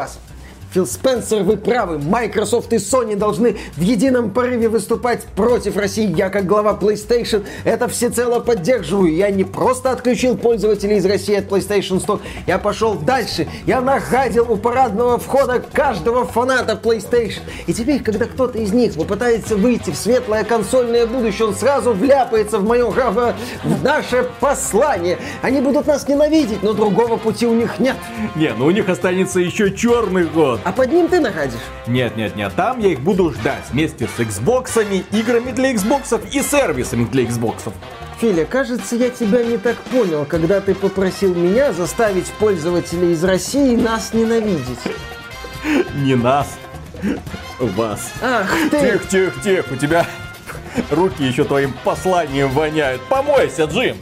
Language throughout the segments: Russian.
вас. Фил Спенсер, вы правы. Microsoft и Sony должны в едином порыве выступать против России. Я, как глава PlayStation, это всецело поддерживаю. Я не просто отключил пользователей из России от PlayStation Store. Я пошел дальше. Я нагадил у парадного входа каждого фаната PlayStation. И теперь, когда кто-то из них попытается выйти в светлое консольное будущее, он сразу вляпается в наше послание. Они будут нас ненавидеть, но другого пути у них нет. Не, ну у них останется еще черный год. А под ним ты находишь? Нет, там я их буду ждать вместе с Xbox'ами, играми для Xbox'ов и сервисами для Xbox'ов. Филя, кажется, я тебя не так понял, когда ты попросил меня заставить пользователей из России нас ненавидеть. Не нас, вас. Ах ты! Тихо, у тебя руки еще твоим посланием воняют. Помойся, Джим!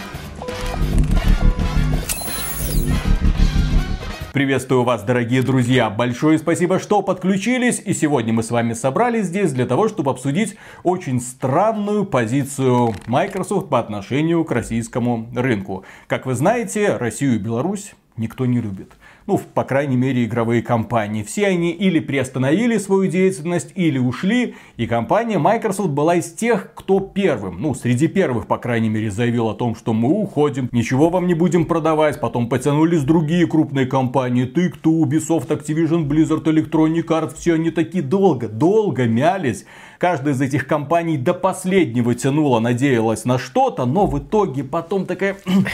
Приветствую вас, дорогие друзья! Большое спасибо, что подключились. И сегодня мы с вами собрались здесь для того, чтобы обсудить очень странную позицию Microsoft по отношению к российскому рынку. Как вы знаете, Россию и Беларусь никто не любит. Ну, по крайней мере, игровые компании. Все они или приостановили свою деятельность, или ушли. И компания Microsoft была из тех, кто первым, среди первых, по крайней мере, заявил о том, что мы уходим, ничего вам не будем продавать. Потом потянулись другие крупные компании. Take-Two, Ubisoft, Activision, Blizzard, Electronic Arts. Все они такие долго мялись. Каждая из этих компаний до последнего тянула, надеялась на что-то, но в итоге потом такая,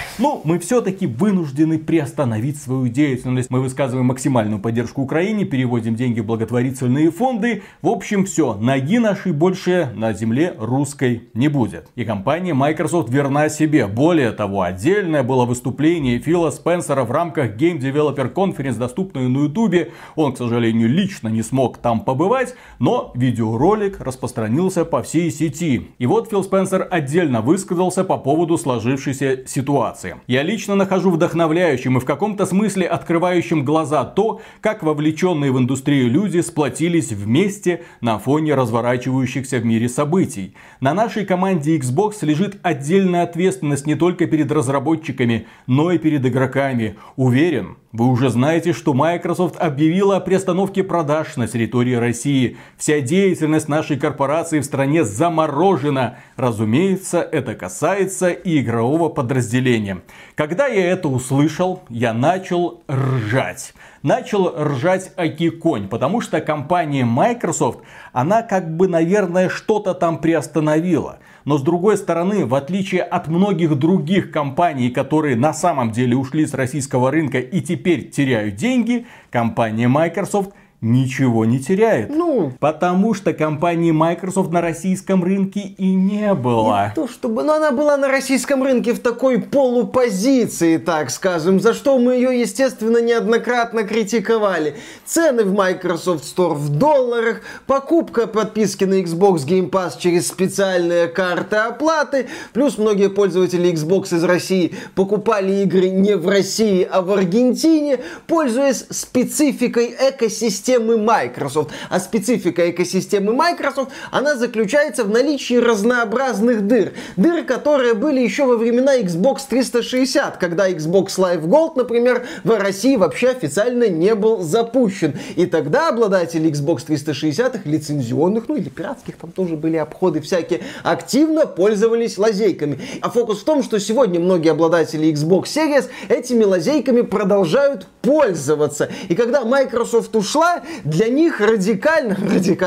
мы все-таки вынуждены приостановить свою деятельность. Мы высказываем максимальную поддержку Украине, переводим деньги в благотворительные фонды. В общем, все, ноги нашей больше на земле русской не будет. И компания Microsoft верна себе. Более того, отдельное было выступление Фила Спенсера в рамках Game Developer Conference, доступное на YouTube. Он, к сожалению, лично не смог там побывать, но видеоролик распространился по всей сети. И вот Фил Спенсер отдельно высказался по поводу сложившейся ситуации. Я лично нахожу вдохновляющим и в каком-то смысле открывающим глаза то, как вовлеченные в индустрию люди сплотились вместе на фоне разворачивающихся в мире событий. На нашей команде Xbox лежит отдельная ответственность не только перед разработчиками, но и перед игроками. Уверен, вы уже знаете, что Microsoft объявила о приостановке продаж на территории России. Вся деятельность нашей корпорации в стране заморожена. Разумеется, это касается и игрового подразделения. Когда я это услышал, я начал ржать. Начал ржать аки конь, потому что компания Microsoft, она наверное, что-то там приостановила. Но с другой стороны, в отличие от многих других компаний, которые на самом деле ушли с российского рынка и теперь теряют деньги, компания Microsoft ничего не теряет. Потому что компании Microsoft на российском рынке и не было. Не то чтобы, но она была на российском рынке в такой полупозиции, так скажем, за что мы ее, естественно, неоднократно критиковали. Цены в Microsoft Store в долларах, покупка подписки на Xbox Game Pass через специальные карты оплаты, плюс многие пользователи Xbox из России покупали игры не в России, а в Аргентине, пользуясь спецификой экосистемы Microsoft. А специфика экосистемы Microsoft, она заключается в наличии разнообразных дыр. Дыр, которые были еще во времена Xbox 360, когда Xbox Live Gold, например, в России вообще официально не был запущен. И тогда обладатели Xbox 360 лицензионных, или пиратских, там тоже были обходы всякие, активно пользовались лазейками. А фокус в том, что сегодня многие обладатели Xbox Series этими лазейками продолжают пользоваться. И когда Microsoft ушла, для них радикально,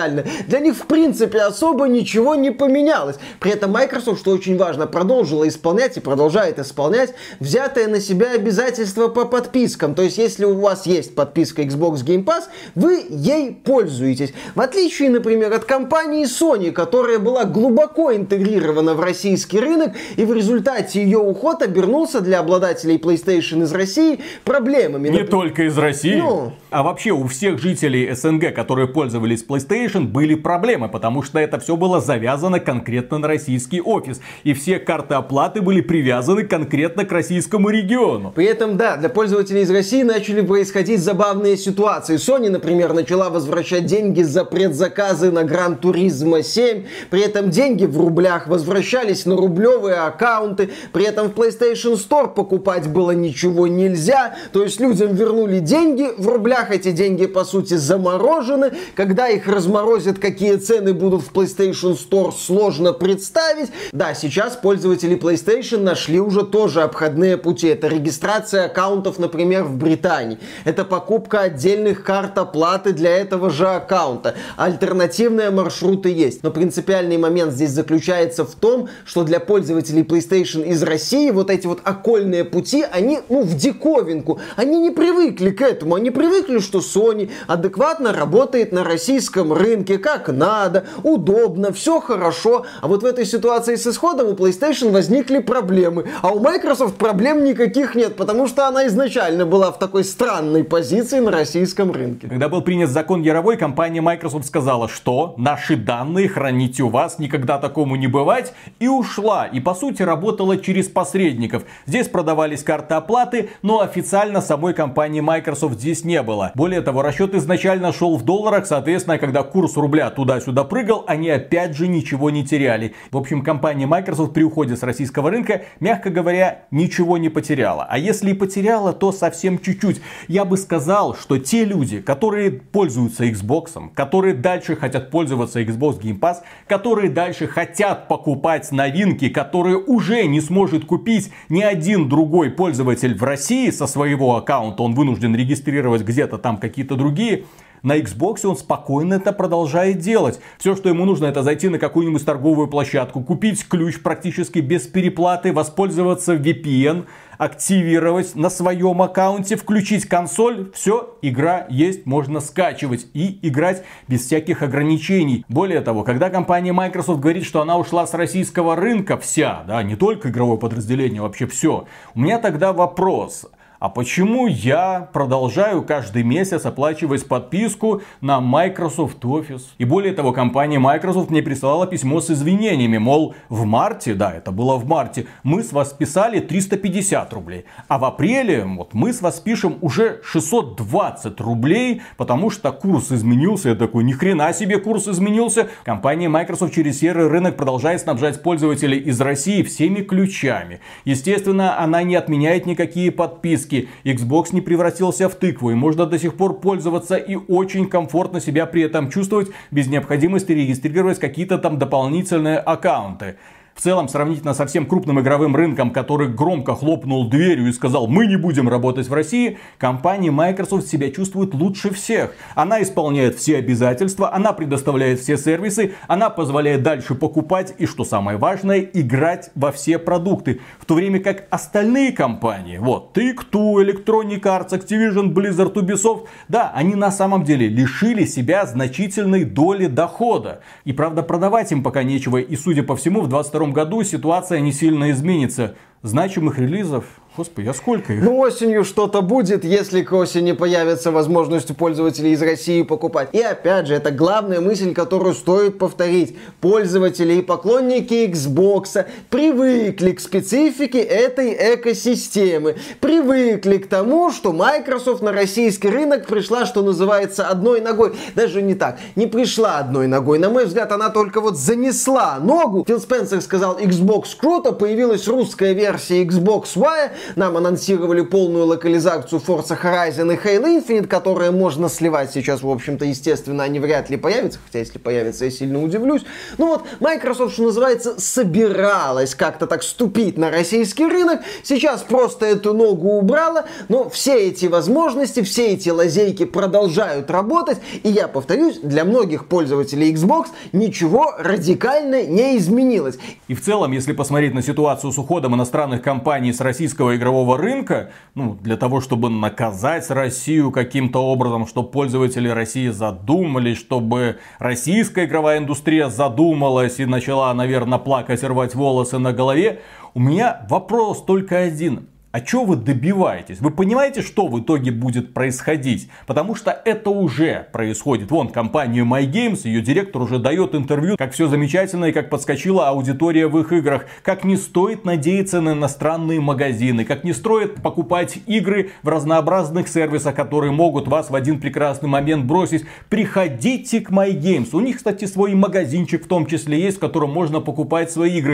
для них в принципе особо ничего не поменялось. При этом Microsoft, что очень важно, продолжила исполнять и продолжает исполнять взятые на себя обязательства по подпискам. То есть, если у вас есть подписка Xbox Game Pass, вы ей пользуетесь. В отличие, например, от компании Sony, которая была глубоко интегрирована в российский рынок, и в результате ее уход обернулся для обладателей PlayStation из России проблемами. Не только из России, а вообще у всех жителей СНГ, которые пользовались PlayStation, были проблемы, потому что это все было завязано конкретно на российский офис. И все карты оплаты были привязаны конкретно к российскому региону. При этом, да, для пользователей из России начали происходить забавные ситуации. Sony, например, начала возвращать деньги за предзаказы на Gran Turismo 7. При этом деньги в рублях возвращались на рублевые аккаунты. При этом в PlayStation Store покупать было ничего нельзя. То есть людям вернули деньги в рублях, эти деньги, по сути, заморожены. Когда их разморозят, какие цены будут в PlayStation Store, сложно представить. Да, сейчас пользователи PlayStation нашли уже тоже обходные пути. Это регистрация аккаунтов, например, в Британии. Это покупка отдельных карт оплаты для этого же аккаунта. Альтернативные маршруты есть. Но принципиальный момент здесь заключается в том, что для пользователей PlayStation из России вот эти вот окольные пути, они, в диковинку. Они не привыкли к этому. Они привыкли, что Sony адекватно работает на российском рынке, как надо, удобно, все хорошо. А вот в этой ситуации с исходом у PlayStation возникли проблемы. А у Microsoft проблем никаких нет, потому что она изначально была в такой странной позиции на российском рынке. Когда был принят закон Яровой, компания Microsoft сказала, что наши данные храните у вас, никогда такому не бывать, и ушла. И по сути работала через посредников. Здесь продавались карты оплаты, но официально самой компании Microsoft здесь не было. Более того, расчет изначально шел в долларах, соответственно, когда курс рубля туда-сюда прыгал, они опять же ничего не теряли. В общем, компания Microsoft при уходе с российского рынка, мягко говоря, ничего не потеряла. А если и потеряла, то совсем чуть-чуть. Я бы сказал, что те люди, которые пользуются Xbox, которые дальше хотят пользоваться Xbox Game Pass, которые дальше хотят покупать новинки, которые уже не сможет купить ни один другой пользователь в России со своего аккаунта, он вынужден регистрировать где-то там какие-то другие. На Xbox он спокойно это продолжает делать. Все, что ему нужно, это зайти на какую-нибудь торговую площадку, купить ключ практически без переплаты, воспользоваться VPN, активировать на своем аккаунте, включить консоль, все, игра есть, можно скачивать и играть без всяких ограничений. Более того, когда компания Microsoft говорит, что она ушла с российского рынка вся, да, не только игровое подразделение, вообще все, у меня тогда вопрос. А почему я продолжаю каждый месяц оплачивать подписку на Microsoft Office? И более того, компания Microsoft мне присылала письмо с извинениями. Мол, в марте, да, это было в марте, мы с вас списали 350 рублей. А в апреле вот мы с вас пишем уже 620 рублей, потому что курс изменился. Я такой, ни хрена себе курс изменился. Компания Microsoft через серый рынок продолжает снабжать пользователей из России всеми ключами. Естественно, она не отменяет никакие подписки. Xbox не превратился в тыкву, и можно до сих пор пользоваться и очень комфортно себя при этом чувствовать, без необходимости регистрировать какие-то там дополнительные аккаунты. В целом, сравнительно со всем крупным игровым рынком, который громко хлопнул дверью и сказал, мы не будем работать в России, компания Microsoft себя чувствует лучше всех. Она исполняет все обязательства, она предоставляет все сервисы, она позволяет дальше покупать и, что самое важное, играть во все продукты. В то время как остальные компании, вот, Take-Two, Electronic Arts, Activision, Blizzard, Ubisoft, да, они на самом деле лишили себя значительной доли дохода. И правда, продавать им пока нечего, и судя по всему, в 2022 году ситуация не сильно изменится. Значимых релизов, господи, а сколько их? Осенью что-то будет, если к осени появится возможность у пользователей из России покупать. И опять же, это главная мысль, которую стоит повторить. Пользователи и поклонники Xbox привыкли к специфике этой экосистемы. Привыкли к тому, что Microsoft на российский рынок пришла, что называется, одной ногой. Даже не так, не пришла одной ногой. На мой взгляд, она только вот занесла ногу. Фил Спенсер сказал, Xbox круто, появилась русская версия Xbox Y, нам анонсировали полную локализацию Forza Horizon и Halo Infinite, которые можно сливать сейчас, в общем-то, естественно, они вряд ли появятся, хотя если появятся, я сильно удивлюсь. Ну вот, Microsoft, что называется, собиралась как-то так ступить на российский рынок, сейчас просто эту ногу убрала, но все эти возможности, все эти лазейки продолжают работать, и я повторюсь, для многих пользователей Xbox ничего радикально не изменилось. И в целом, если посмотреть на ситуацию с уходом иностранных компаний с российского игрового рынка, для того, чтобы наказать Россию каким-то образом, чтобы пользователи России задумались, чтобы российская игровая индустрия задумалась и начала, наверное, плакать и рвать волосы на голове, у меня вопрос только один. А чего вы добиваетесь? Вы понимаете, что в итоге будет происходить? Потому что это уже происходит. Вон, компания MyGames, ее директор уже дает интервью, как все замечательно и как подскочила аудитория в их играх. Как не стоит надеяться на иностранные магазины. Как не стоит покупать игры в разнообразных сервисах, которые могут вас в один прекрасный момент бросить. Приходите к MyGames. У них, кстати, свой магазинчик в том числе есть, в котором можно покупать свои игры.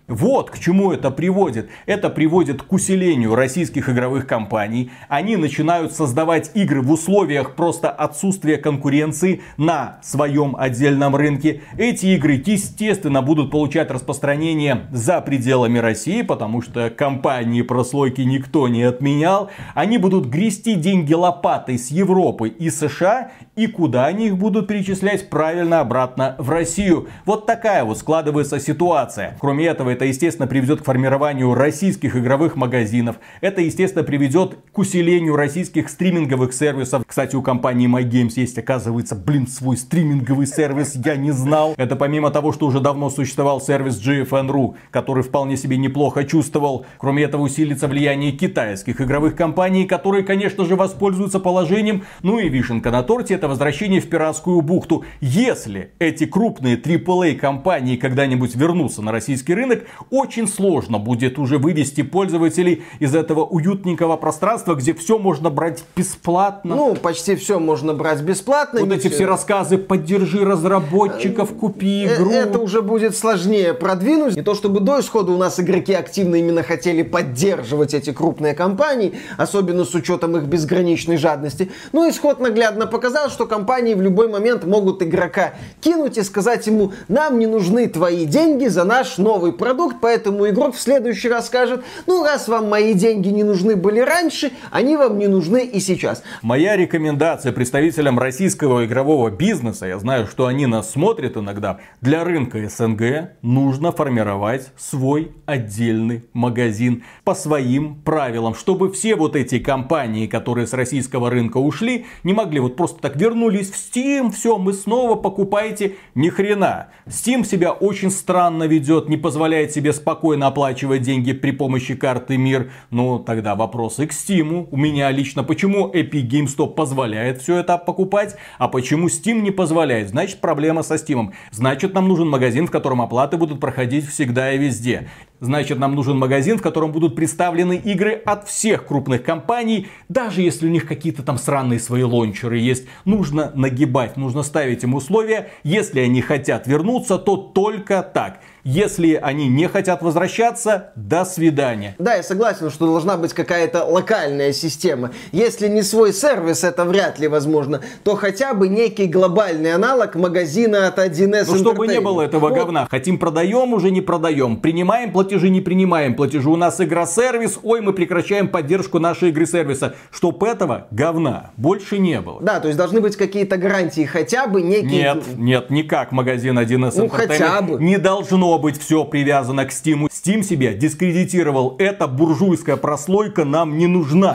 Вот к чему это приводит. Это приводит к усилению российских игровых компаний. Они начинают создавать игры в условиях просто отсутствия конкуренции на своем отдельном рынке. Эти игры, естественно, будут получать распространение за пределами России, потому что компании прослойки никто не отменял. Они будут грести деньги лопатой с Европы и США. И куда они их будут перечислять? Правильно, обратно в Россию. Вот такая вот складывается ситуация. Кроме этого, это, естественно, приведет к формированию российских игровых магазинов. Это, естественно, приведет к усилению российских стриминговых сервисов. Кстати, у компании MyGames есть, оказывается, свой стриминговый сервис. Я не знал. Это помимо того, что уже давно существовал сервис GFN.ru, который вполне себе неплохо чувствовал. Кроме этого, усилится влияние китайских игровых компаний, которые, конечно же, воспользуются положением. Ну и вишенка на торте — это возвращение в пиратскую бухту. Если эти крупные AAA компании когда-нибудь вернутся на российский рынок, очень сложно будет уже вывести пользователей из этого уютненького пространства, где все можно брать бесплатно. Ну, почти все можно брать бесплатно. Вот эти все рассказы: поддержи разработчиков, купи игру. Это уже будет сложнее продвинуть. Не то чтобы до исхода у нас игроки активно именно хотели поддерживать эти крупные компании, особенно с учетом их безграничной жадности. Но исход наглядно показал, что компании в любой момент могут игрока кинуть и сказать ему: нам не нужны твои деньги за наш новый продукт. Поэтому игрок в следующий раз скажет: ну, раз вам мои деньги не нужны были раньше, они вам не нужны и сейчас. Моя рекомендация представителям российского игрового бизнеса, я знаю, что они нас смотрят иногда, для рынка СНГ нужно формировать свой отдельный магазин по своим правилам, чтобы все вот эти компании, которые с российского рынка ушли, не могли вот просто так вернулись в Steam, все, мы снова, покупайте. Ни хрена. Steam себя очень странно ведет, не позволяет себе спокойно оплачивать деньги при помощи карты МИР. Ну, тогда вопросы к Steam. У меня лично, почему Epic Games Store позволяет все это покупать, а почему Steam не позволяет? Значит, проблема со Steam. Значит, нам нужен магазин, в котором оплаты будут проходить всегда и везде. Значит, нам нужен магазин, в котором будут представлены игры от всех крупных компаний, даже если у них какие-то там сраные свои лончеры есть. Нужно нагибать, нужно ставить им условия. Если они хотят вернуться, то только так. Если они не хотят возвращаться, до свидания. Да, я согласен, что должна быть какая-то локальная система. Если не свой сервис, это вряд ли возможно, то хотя бы некий глобальный аналог магазина от 1С. Ну, чтобы не было этого говна. Хотим — продаем, уже не продаем. Принимаем платежи, не принимаем платежи. У нас игра-сервис, ой, мы прекращаем поддержку нашей игры-сервиса. Чтоб этого говна больше не было. Да, то есть должны быть какие-то гарантии, хотя бы некие... Нет, никак магазин 1С ну, хотя бы. Не должно быть все привязано к Steam. Steam себя дискредитировал. Эта буржуйская прослойка нам не нужна.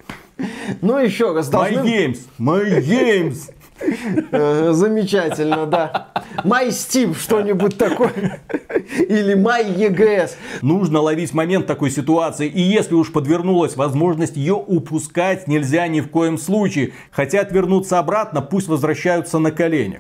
Ну, еще раз. My Games. Замечательно, да. My Steam, что-нибудь такое. Или My EGS. Нужно ловить момент такой ситуации. И если уж подвернулась возможность, ее упускать нельзя ни в коем случае. Хотят вернуться обратно, пусть возвращаются на коленях.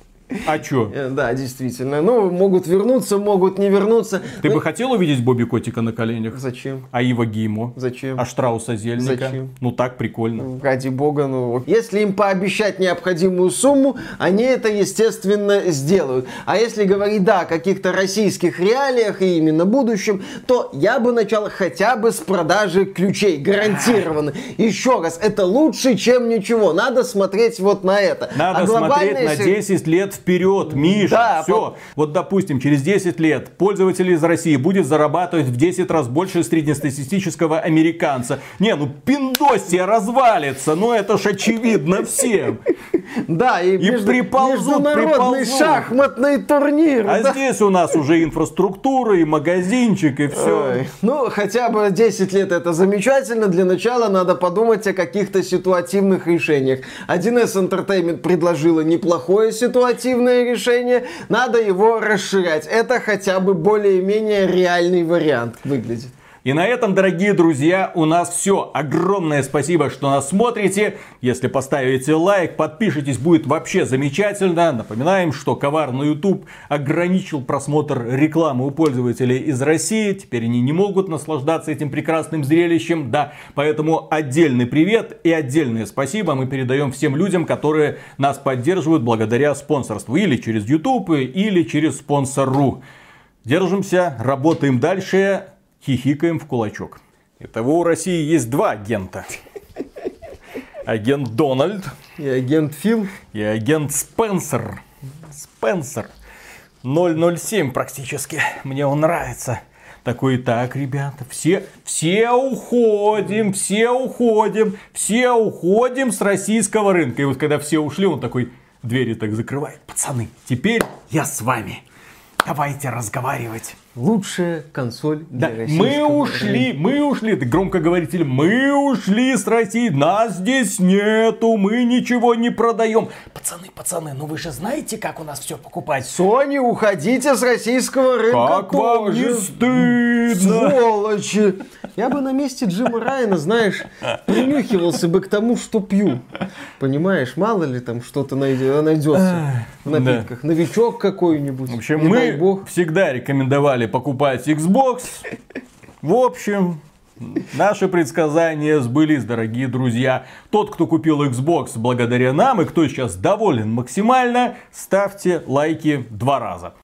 А чё? Да, действительно. Ну, могут вернуться, могут не вернуться. Ты бы хотел увидеть Бобби Котика на коленях? Зачем? А Ива Гимо? Зачем? А Штрауса Зельника? Зачем? Ну так прикольно. Ради бога, ну. Если им пообещать необходимую сумму, они это, естественно, сделают. А если говорить, да, о каких-то российских реалиях и именно будущем, то я бы начал хотя бы с продажи ключей. Гарантированно. Еще раз, это лучше, чем ничего. Надо смотреть вот на это. Надо смотреть на 10 лет вперед, Миша. Да, все. Вот, допустим, через 10 лет пользователь из России будет зарабатывать в 10 раз больше среднестатистического американца. Не, ну пиндосия развалится. Ну это ж очевидно всем. Да, и международный шахматный турнир. А да? Здесь у нас уже инфраструктура и магазинчик, и все. Ой. Ну, хотя бы 10 лет это замечательно. Для начала надо подумать о каких-то ситуативных решениях. 1С Entertainment предложила неплохое ситуативное решение. Надо его расширять. Это хотя бы более-менее реальный вариант выглядит. И на этом, дорогие друзья, у нас все. Огромное спасибо, что нас смотрите. Если поставите лайк, подпишитесь, будет вообще замечательно. Напоминаем, что коварный YouTube ограничил просмотр рекламы у пользователей из России. Теперь они не могут наслаждаться этим прекрасным зрелищем. Да, поэтому отдельный привет и отдельное спасибо мы передаем всем людям, которые нас поддерживают благодаря спонсорству. Или через YouTube, или через Sponsor.ru. Держимся, работаем дальше, хихикаем в кулачок. Итого у России есть два агента. Агент Дональд. И агент Фил. И агент Спенсер. Спенсер. 007 практически. Мне он нравится. Такой, так, ребята, все уходим с российского рынка. И вот когда все ушли, он такой двери так закрывает. Пацаны, теперь я с вами. Давайте разговаривать. Лучшая консоль для российского мы ушли, ты громкоговоритель, мы ушли с России, нас здесь нету, мы ничего не продаем. Пацаны, ну вы же знаете, как у нас все покупать? Sony, уходите с российского рынка. Как вам не стыдно? Сволочи. Я бы на месте Джима Райана, знаешь, принюхивался бы к тому, что пью. Понимаешь, мало ли там что-то найдется в напитках. Да. Новичок какой-нибудь. В общем, мы всегда рекомендовали покупать Xbox. В общем, наши предсказания сбылись, дорогие друзья. Тот, кто купил Xbox благодаря нам и кто сейчас доволен максимально, ставьте лайки 2 раза.